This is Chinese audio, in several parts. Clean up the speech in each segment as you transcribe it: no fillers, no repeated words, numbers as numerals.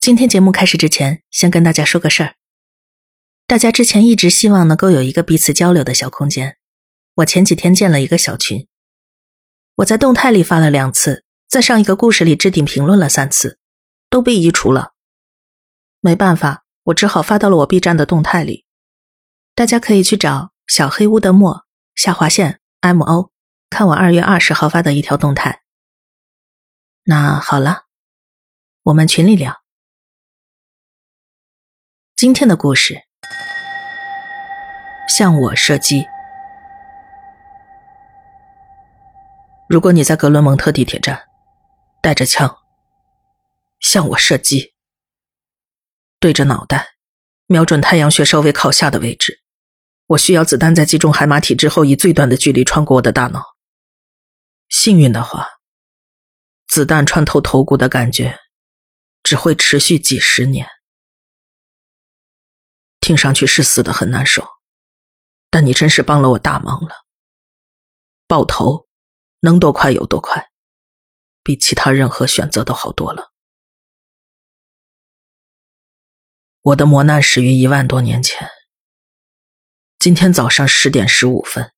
今天节目开始之前，先跟大家说个事儿。大家之前一直希望能够有一个彼此交流的小空间。我前几天建了一个小群，我在动态里发了2次，在上一个故事里置顶评论了3次，都被移除了。没办法，我只好发到了我 B 站的动态里。大家可以去找小黑屋的墨_MO 看我2月20号发的一条动态。那好了，我们群里聊。今天的故事，向我射击。如果你在格伦蒙特地铁站，带着枪，向我射击，对着脑袋，瞄准太阳穴稍微靠下的位置，我需要子弹在击中海马体之后以最短的距离穿过我的大脑。幸运的话，子弹穿透头骨的感觉只会持续几十年。听上去是死得很难受，但你真是帮了我大忙了。爆头能多快有多快，比其他任何选择都好多了。我的磨难始于1万多年前。今天早上10点15分，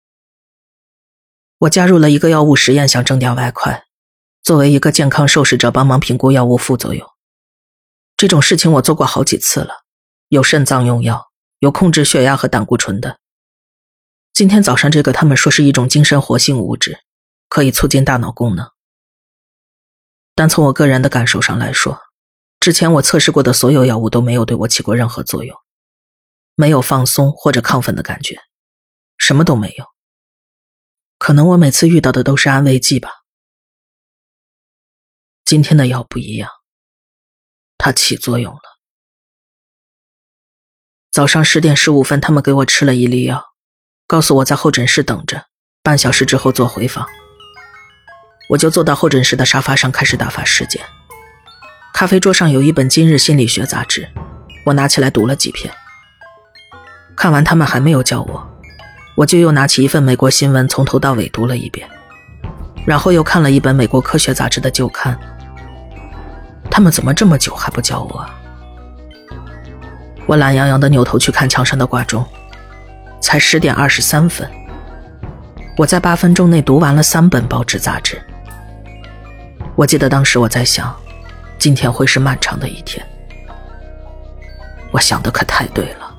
我加入了一个药物实验，想挣点外快，作为一个健康受试者帮忙评估药物副作用。这种事情我做过好几次了，有肾脏用药，有控制血压和胆固醇的。今天早上这个他们说是一种精神活性物质，可以促进大脑功能。但从我个人的感受上来说，之前我测试过的所有药物都没有对我起过任何作用，没有放松或者亢奋的感觉，什么都没有。可能我每次遇到的都是安慰剂吧。今天的药不一样，它起作用了。早上10点15分，他们给我吃了1粒药，告诉我在候诊室等着，半小时之后做回访。我就坐到候诊室的沙发上开始打发时间。咖啡桌上有一本今日心理学杂志，我拿起来读了几篇。看完他们还没有叫我就又拿起一份美国新闻从头到尾读了一遍，然后又看了一本美国科学杂志的旧刊。他们怎么这么久还不叫我啊？我懒洋洋地扭头去看墙上的挂钟，才10点23分。我在8分钟内读完了3本报纸杂志。我记得当时我在想，今天会是漫长的一天。我想的可太对了。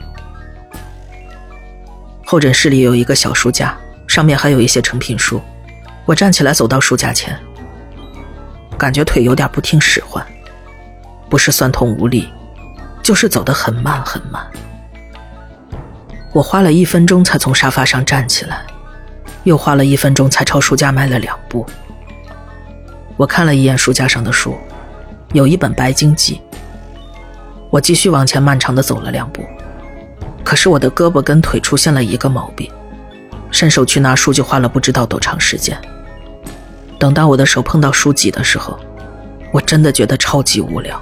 候诊室里有一个小书架，上面还有一些成品书。我站起来走到书架前，感觉腿有点不听使唤，不是酸痛无力，就是走得很慢很慢。我花了1分钟才从沙发上站起来，又花了1分钟才朝书架迈了2步。我看了一眼书架上的书，有一本《白鲸记》。我继续往前漫长地走了2步，可是我的胳膊跟腿出现了一个毛病，伸手去拿书就花了不知道多长时间。等到我的手碰到书脊的时候，我真的觉得超级无聊。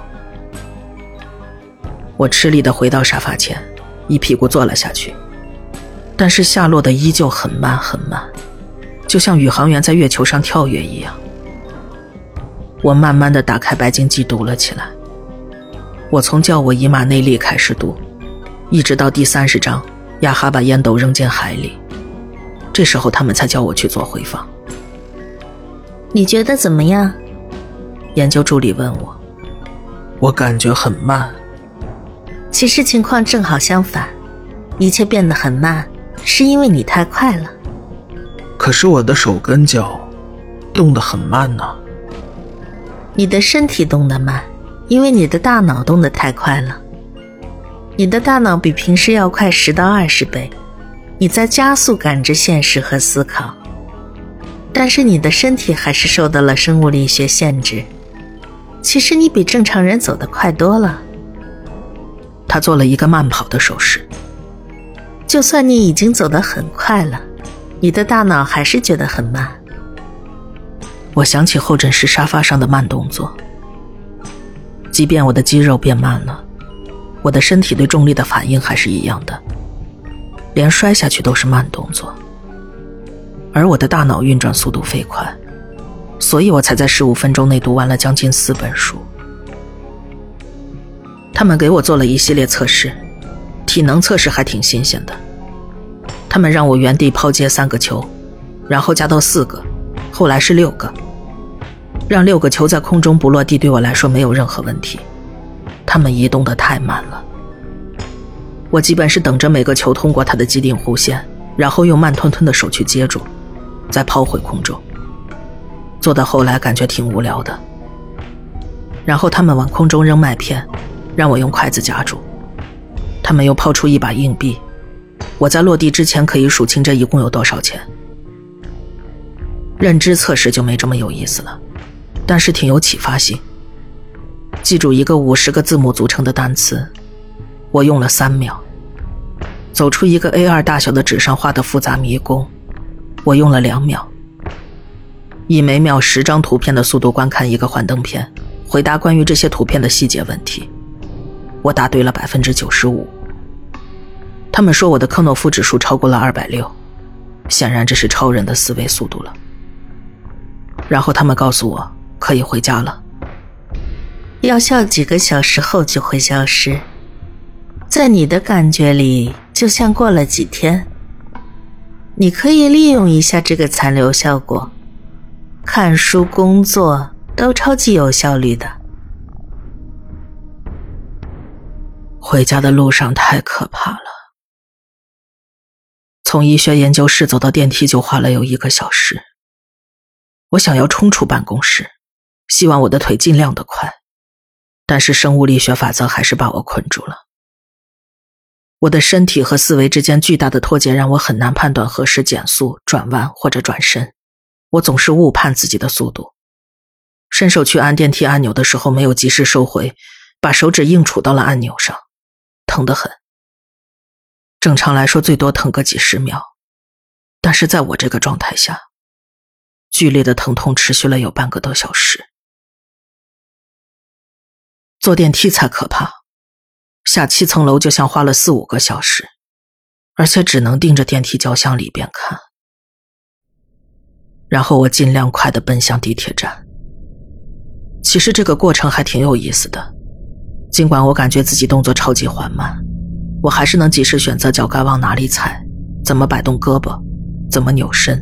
我吃力地回到沙发前，一屁股坐了下去，但是下落的依旧很慢很慢，就像宇航员在月球上跳跃一样。我慢慢地打开《白鲸记》读了起来。我从叫我以马内利开始读，一直到第30章，亚哈把烟斗扔进海里。这时候他们才叫我去做回访。你觉得怎么样？研究助理问我。我感觉很慢。其实情况正好相反，一切变得很慢，是因为你太快了。 可是我的手跟脚动得很慢呢。 你的身体动得慢，因为你的大脑动得太快了。你的大脑比平时要快10到20倍，你在加速感知现实和思考。但是你的身体还是受到了生物力学限制。其实你比正常人走得快多了。 他做了一个慢跑的手势。 就算你已经走得很快了，你的大脑还是觉得很慢。 我想起候诊室沙发上的慢动作。即便我的肌肉变慢了，我的身体对重力的反应还是一样的，连摔下去都是慢动作。而我的大脑运转速度飞快，所以我才在15分钟内读完了将近4本书。 他们给我做了一系列测试，体能测试还挺新鲜的。他们让我原地抛接3个球，然后加到4个，后来是6个。让6个球在空中不落地对我来说没有任何问题，他们移动得太慢了。我基本是等着每个球通过它的基定弧线，然后用慢吞吞的手去接住，再抛回空中。做到后来感觉挺无聊的。然后他们往空中扔麦片，让我用筷子夹住。他们又抛出一把硬币，我在落地之前可以数清这一共有多少钱。认知测试就没这么有意思了，但是挺有启发性。记住一个50个字母组成的单词，我用了3秒。走出一个 A2 大小的纸上画的复杂迷宫，我用了2秒。以每秒10张图片的速度观看一个幻灯片，回答关于这些图片的细节问题，我答对了 95%。 他们说我的科诺夫指数超过了260，显然这是超人的思维速度了。然后他们告诉我可以回家了， 药效几个小时后就会消失，在你的感觉里就像过了几天。你可以利用一下这个残留效果，看书工作都超级有效率的。 回家的路上太可怕了，从医学研究室走到电梯就花了有1个小时。我想要冲出办公室，希望我的腿尽量的快，但是生物力学法则还是把我困住了。我的身体和思维之间巨大的脱节让我很难判断何时减速、转弯或者转身，我总是误判自己的速度。伸手去按电梯按钮的时候没有及时收回，把手指硬杵到了按钮上，疼得很。正常来说最多疼个几十秒，但是在我这个状态下，剧烈的疼痛持续了有半个多小时。坐电梯才可怕，下7层楼就像花了4、5个小时，而且只能盯着电梯胶箱里边看。然后我尽量快地奔向地铁站。其实这个过程还挺有意思的，尽管我感觉自己动作超级缓慢，我还是能及时选择脚该往哪里踩，怎么摆动胳膊，怎么扭身。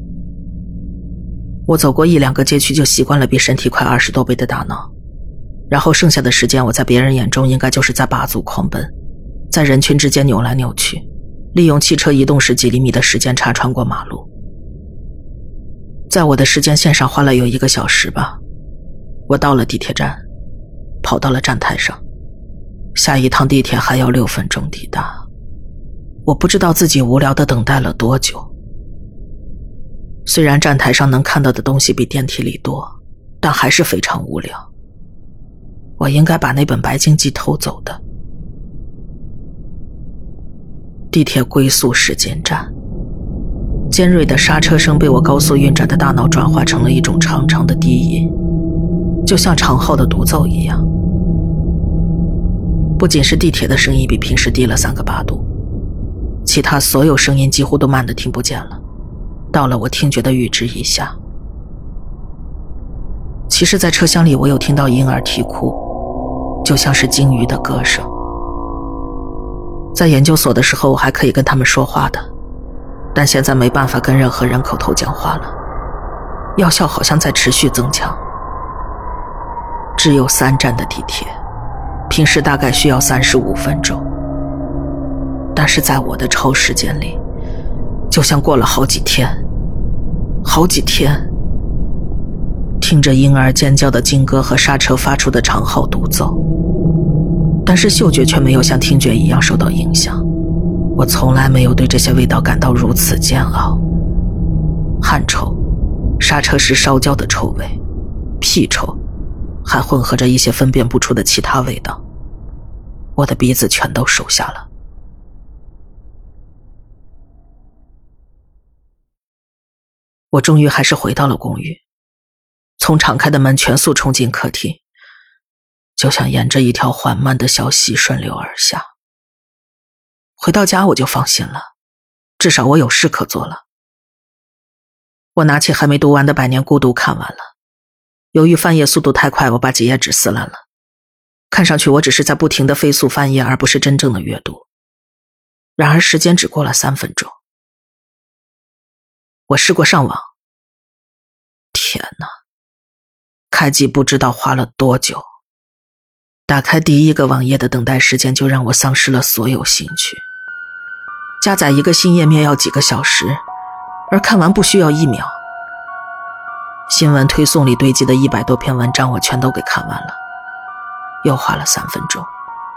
我走过1、2个街区就习惯了比身体快20多倍的大脑，然后剩下的时间我在别人眼中应该就是在8足狂奔，在人群之间扭来扭去，利用汽车移动时几厘米的时间差穿过马路。在我的时间线上花了有1个小时吧，我到了地铁站，跑到了站台上，下一趟地铁还要6分钟抵达。我不知道自己无聊地等待了多久。虽然站台上能看到的东西比电梯里多，但还是非常无聊。我应该把那本白鲸记偷走的。地铁龟速时间站，尖锐的刹车声被我高速运转的大脑转化成了一种长长的低音，就像长号的独奏一样。不仅是地铁的声音比平时低了3个8度，其他所有声音几乎都慢得听不见了，到了我听觉的阈值以下。其实在车厢里我有听到婴儿啼哭，就像是鲸鱼的歌声。在研究所的时候我还可以跟他们说话的，但现在没办法跟任何人口头讲话了，药效好像在持续增强。只有3站的地铁，平时大概需要35分钟，但是在我的超时间里就像过了好几天，好几天，听着婴儿尖叫的惊歌和刹车发出的长号独奏，但是嗅觉却没有像听觉一样受到影响。我从来没有对这些味道感到如此煎熬。汗臭，刹车时烧焦的臭味，屁臭，还混合着一些分辨不出的其他味道，我的鼻子全都收下了。我终于还是回到了公寓，从敞开的门全速冲进客厅，就像沿着一条缓慢的小溪顺流而下。回到家我就放心了，至少我有事可做了。我拿起还没读完的《百年孤独》看完了，由于翻页速度太快，我把几页纸撕烂了。 看上去我只是在不停地飞速翻页，而不是真正的阅读。然而时间只过了3分钟。我试过上网，天哪，开机不知道花了多久。打开第一个网页的等待时间就让我丧失了所有兴趣。加载一个新页面要几个小时，而看完不需要1秒。新闻推送里堆积的100多篇文章我全都给看完了，又花了3分钟。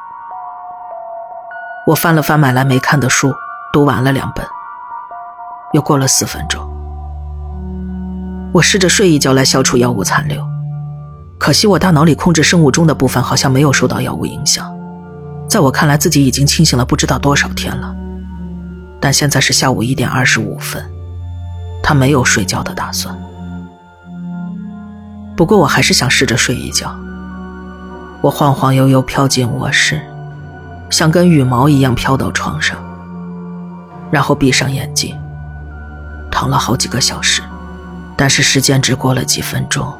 我翻了翻买来没看的书，读完了2本，又过了4分钟。我试着睡一觉来消除药物残留，可惜我大脑里控制生物钟的部分好像没有受到药物影响。在我看来自己已经清醒了不知道多少天了，但现在是下午1点25分，他没有睡觉的打算。不过我还是想试着睡一觉。我晃晃悠悠飘进卧室，像跟羽毛一样飘到床上，然后闭上眼睛，躺了好几个小时，但是时间只过了几分钟。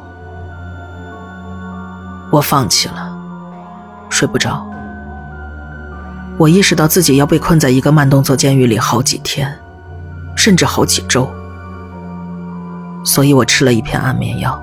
我放弃了，睡不着。我意识到自己要被困在一个慢动作监狱里好几天，甚至好几周，所以我吃了一片安眠药。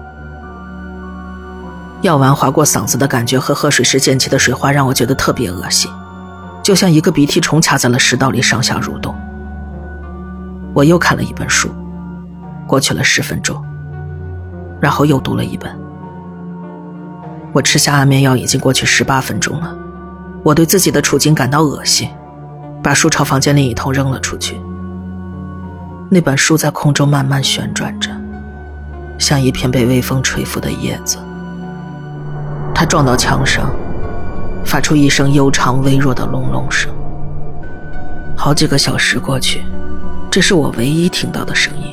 药丸划过嗓子的感觉和喝水时溅起的水花让我觉得特别恶心，就像一个鼻涕虫卡在了食道里上下蠕动。我又看了一本书，过去了10分钟，然后又读了一本。我吃下安眠药已经过去18分钟了，我对自己的处境感到恶心，把书朝房间另一头扔了出去。那本书在空中慢慢旋转着，像一片被微风吹拂的叶子。它撞到墙上，发出一声悠长微弱的隆隆声。好几个小时过去，这是我唯一听到的声音。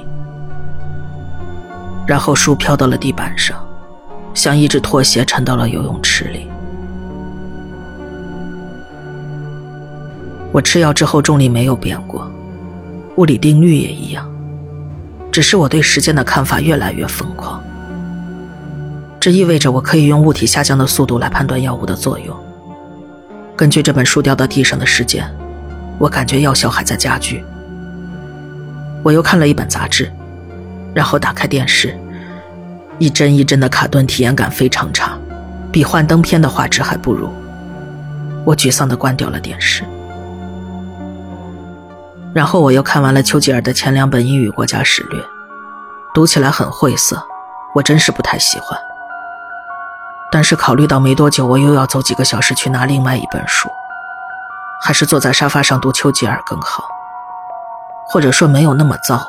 然后书飘到了地板上，像一只拖鞋沉到了游泳池里。我吃药之后重力没有变过，物理定律也一样，只是我对时间的看法越来越疯狂。这意味着我可以用物体下降的速度来判断药物的作用。根据这本书掉到地上的时间，我感觉药效还在加剧。我又看了一本杂志，然后打开电视，一帧一帧的卡顿体验感非常差，比幻灯片的画质还不如。我沮丧地关掉了电视。然后我又看完了丘吉尔的前2本英语国家史略，读起来很晦涩，我真是不太喜欢。但是考虑到没多久我又要走几个小时去拿另外一本书，还是坐在沙发上读丘吉尔更好，或者说没有那么糟。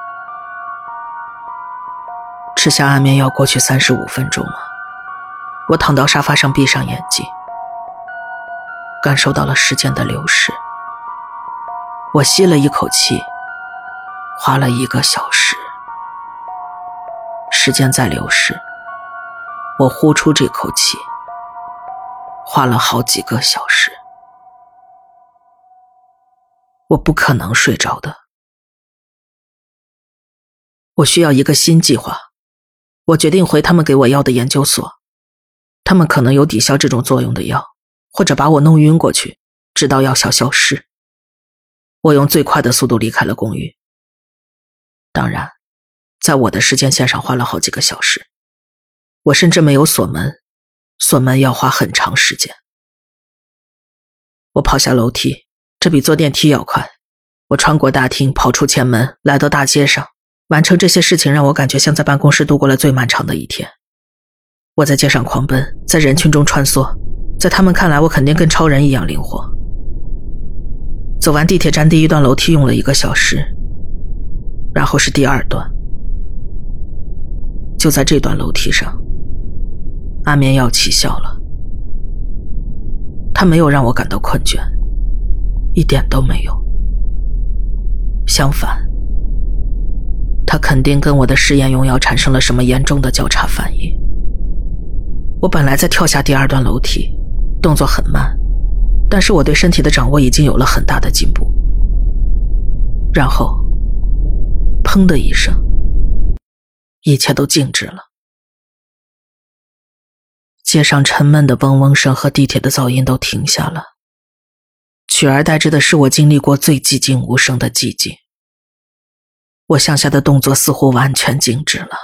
吃下安眠药过去35分钟了，我躺到沙发上闭上眼睛，感受到了时间的流逝。我吸了一口气，花了1个小时。时间在流逝，我呼出这口气，花了好几个小时。我不可能睡着的。我需要一个新计划。我决定回他们给我药的研究所，他们可能有抵消这种作用的药，或者把我弄晕过去，直到药效消失。我用最快的速度离开了公寓。当然，在我的时间线上花了好几个小时。我甚至没有锁门，锁门要花很长时间。我跑下楼梯，这比坐电梯要快。我穿过大厅，跑出前门，来到大街上。完成这些事情让我感觉像在办公室度过了最漫长的一天。我在街上狂奔，在人群中穿梭，在他们看来我肯定跟超人一样灵活。走完地铁站第1段楼梯用了1个小时，然后是第2段。就在这段楼梯上，安眠药起效了。它没有让我感到困倦，一点都没有。相反，它肯定跟我的试验用药产生了什么严重的交叉反应。我本来在跳下第2段楼梯，动作很慢，但是我对身体的掌握已经有了很大的进步。然后，砰的一声，一切都静止了。 街上沉闷的嗡嗡声和地铁的噪音都停下了，取而代之的是我经历过最寂静无声的寂静。我向下的动作似乎完全静止了。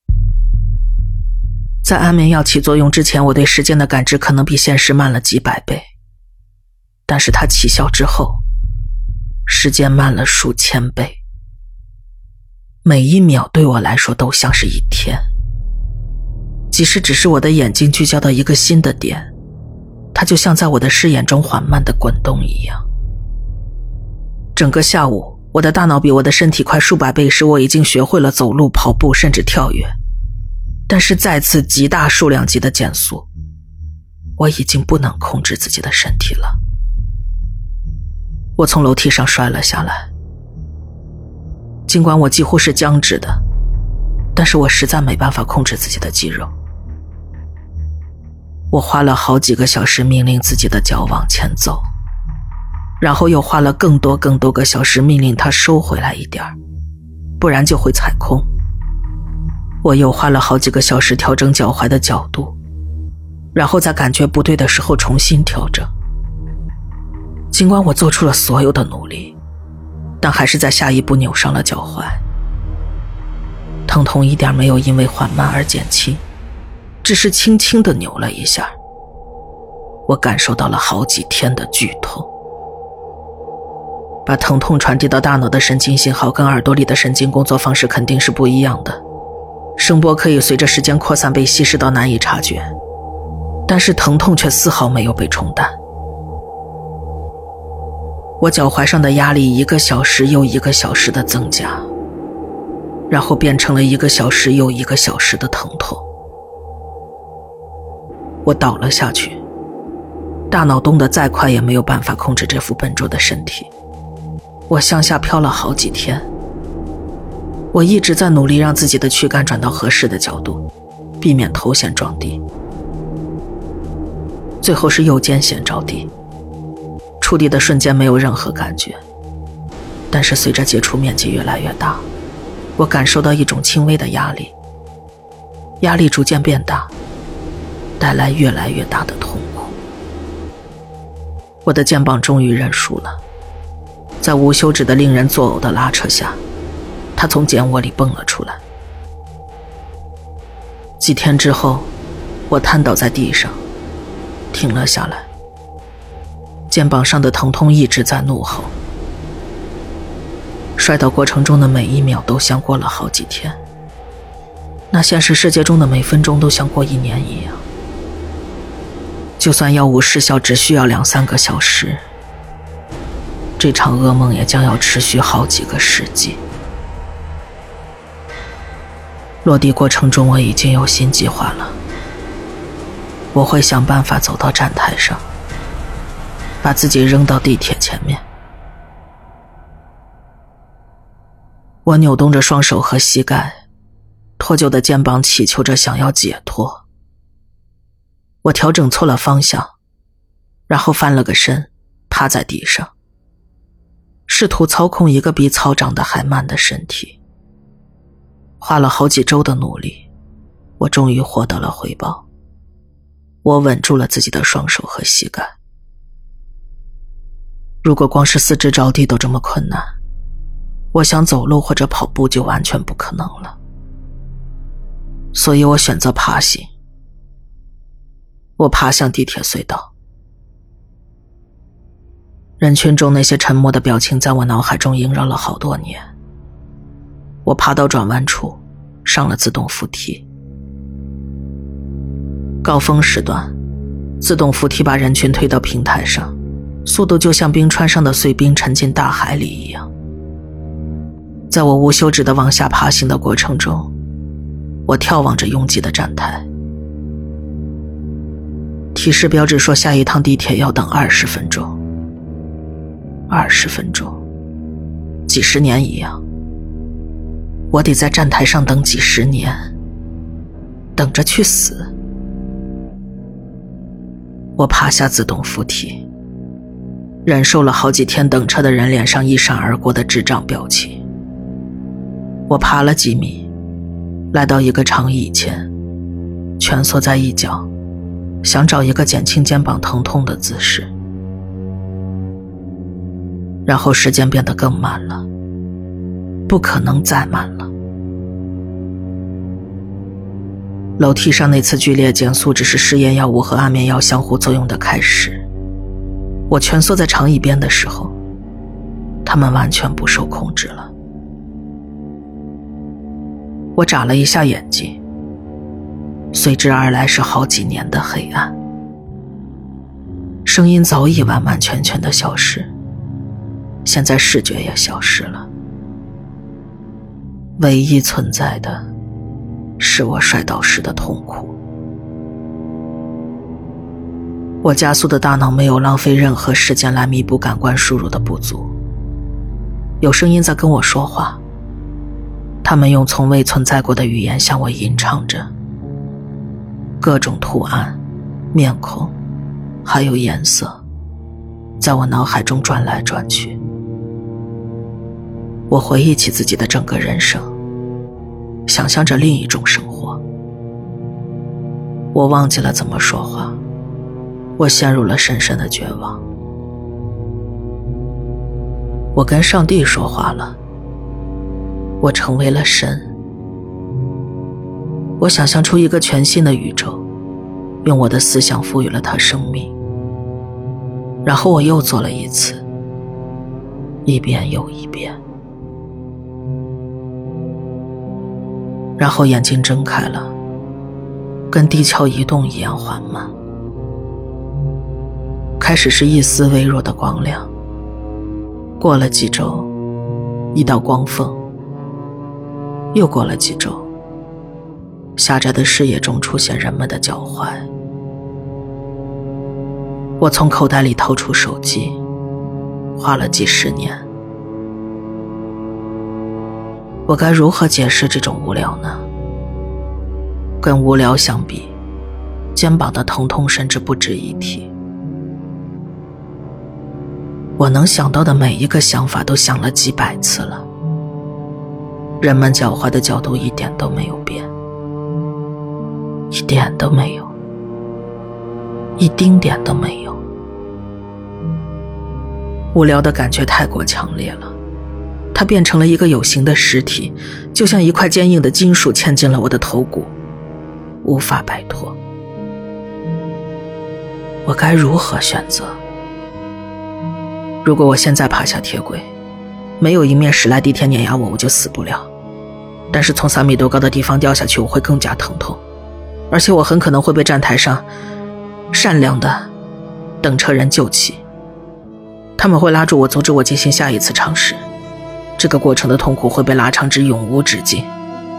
在安眠药起作用之前，我对时间的感知可能比现实慢了几百倍，但是它起效之后，时间慢了数千倍。每一秒对我来说都像是一天，即使只是我的眼睛聚焦到一个新的点，它就像在我的视野中缓慢地滚动一样。整个下午，我的大脑比我的身体快数百倍时，我已经学会了走路、跑步，甚至跳跃。但是再次极大数量级的减速，我已经不能控制自己的身体了。我从楼梯上摔了下来，尽管我几乎是僵直的，但是我实在没办法控制自己的肌肉。我花了好几个小时命令自己的脚往前走，然后又花了更多个小时命令它收回来一点，不然就会踩空。我又花了好几个小时调整脚踝的角度，然后在感觉不对的时候重新调整。尽管我做出了所有的努力，但还是在下一步扭伤了脚踝。疼痛一点没有因为缓慢而减轻，只是轻轻地扭了一下。我感受到了好几天的剧痛。把疼痛传递到大脑的神经信号跟耳朵里的神经工作方式肯定是不一样的，声波可以随着时间扩散被稀释到难以察觉，但是疼痛却丝毫没有被冲淡。我脚踝上的压力1个小时又1个小时的增加，然后变成了1个小时又1个小时的疼痛。我倒了下去，大脑动得再快也没有办法控制这副笨拙的身体。我向下飘了好几天，我一直在努力让自己的躯干转到合适的角度，避免头先撞地。最后是右肩先着地，触地的瞬间没有任何感觉，但是随着接触面积越来越大，我感受到一种轻微的压力，压力逐渐变大，带来越来越大的痛苦。我的肩膀终于认输了，在无休止的令人作呕的拉扯下，它从茧窝里蹦了出来。几天之后，我瘫倒在地上，停了下来，肩膀上的疼痛一直在怒吼。摔倒过程中的每一秒都像过了好几天，那现实世界中的每分钟都像过1年一样。就算药物失效只需要2-3个小时，这场噩梦也将要持续好几个世纪。落地过程中我已经有新计划了，我会想办法走到站台上，把自己扔到地铁前面。我扭动着双手和膝盖，脱臼的肩膀祈求着想要解脱。我调整错了方向，然后翻了个身，趴在地上，试图操控一个比草长得还慢的身体。花了好几周的努力，我终于获得了回报。我稳住了自己的双手和膝盖。如果光是4肢着地都这么困难，我想走路或者跑步就完全不可能了。所以我选择爬行。我爬向地铁隧道。人群中那些沉默的表情在我脑海中萦绕了好多年。我爬到转弯处，上了自动扶梯。高峰时段，自动扶梯把人群推到平台上，速度就像冰川上的碎冰沉进大海里一样。在我无休止地往下爬行的过程中，我眺望着拥挤的站台。提示标志说下一趟地铁要等20分钟。20分钟，几十年一样。我得在站台上等几十年，等着去死。我爬下自动扶梯，忍受了好几天等车的人脸上一闪而过的智障表情。我爬了几米，来到一个长椅前，蜷缩在一角， 想找一个减轻肩膀疼痛的姿势。然后时间变得更慢了，不可能再慢了。楼梯上那次剧烈减速只是试验药物和安眠药相互作用的开始。我蜷缩在长椅边的时候，他们完全不受控制了。我眨了一下眼睛，随之而来是好几年的黑暗。声音早已完完全全的消失，现在视觉也消失了。唯一存在的是我摔倒时的痛苦。我加速的大脑没有浪费任何时间来弥补感官输入的不足。有声音在跟我说话，他们用从未存在过的语言向我吟唱着，各种图案、面孔还有颜色在我脑海中转来转去。我回忆起自己的整个人生，想象着另一种生活。我忘记了怎么说话，我陷入了深深的绝望。我跟上帝说话了，我成为了神。我想象出一个全新的宇宙，用我的思想赋予了它生命。然后我又做了一次，一遍又一遍。然后眼睛睁开了，跟地壳移动一样缓慢。开始是一丝微弱的光亮，过了几周，一道光缝，又过了几周，狭窄的视野中出现人们的脚踝。我从口袋里掏出手机，花了几十年。我该如何解释这种无聊呢？跟无聊相比，肩膀的疼痛甚至不值一提。我能想到的每一个想法都想了几百次了。人们脚踝的角度一点都没有变，一点都没有，一丁点都没有。无聊的感觉太过强烈了，它变成了一个有形的实体，就像一块坚硬的金属嵌进了我的头骨，无法摆脱。我该如何选择？如果我现在爬下铁轨，没有迎面驶来地铁碾压我，我就死不了。但是从3米多高的地方掉下去，我会更加疼痛，而且我很可能会被站台上善良的等车人救起。他们会拉住我，阻止我进行下一次尝试。这个过程的痛苦会被拉长至永无止境。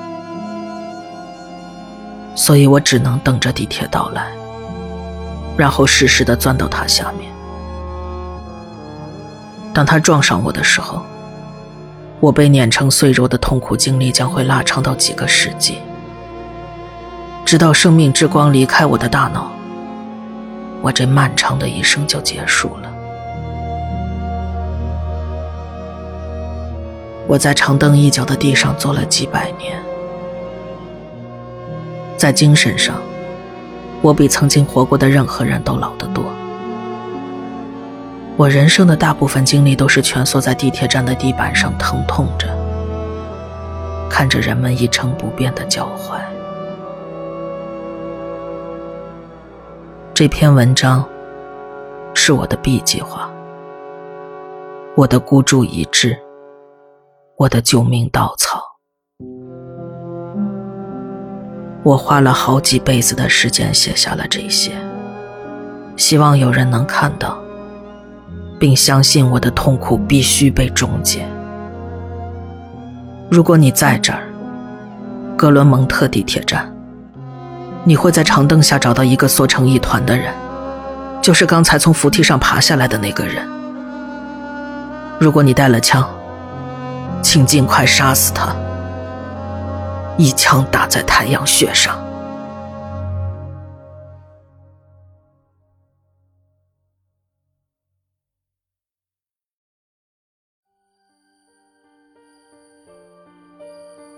所以我只能等着地铁到来，然后适时地钻到它下面。当它撞上我的时候，我被碾成碎肉的痛苦经历将会拉长到几个世纪，直到生命之光离开我的大脑，我这漫长的一生就结束了。我在长凳一角的地上坐了几百年，在精神上，我比曾经活过的任何人都老得多。我人生的大部分经历都是蜷缩在地铁站的地板上疼痛着，看着人们一成不变的脚踝。这篇文章是我的 B 计划，我的孤注一掷，我的救命稻草。我花了好几辈子的时间写下了这些，希望有人能看到，并相信我的痛苦必须被终结。如果你在这儿，格伦蒙特地铁站，你会在长凳下找到一个缩成一团的人，就是刚才从扶梯上爬下来的那个人。如果你带了枪，请尽快杀死他，一枪打在太阳穴上。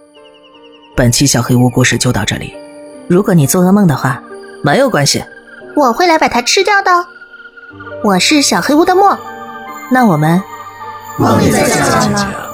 本期小黑屋故事就到这里。如果你做噩梦的话，没有关系， 我会来把它吃掉的。我是小黑屋的墨， 那我们梦里再见了。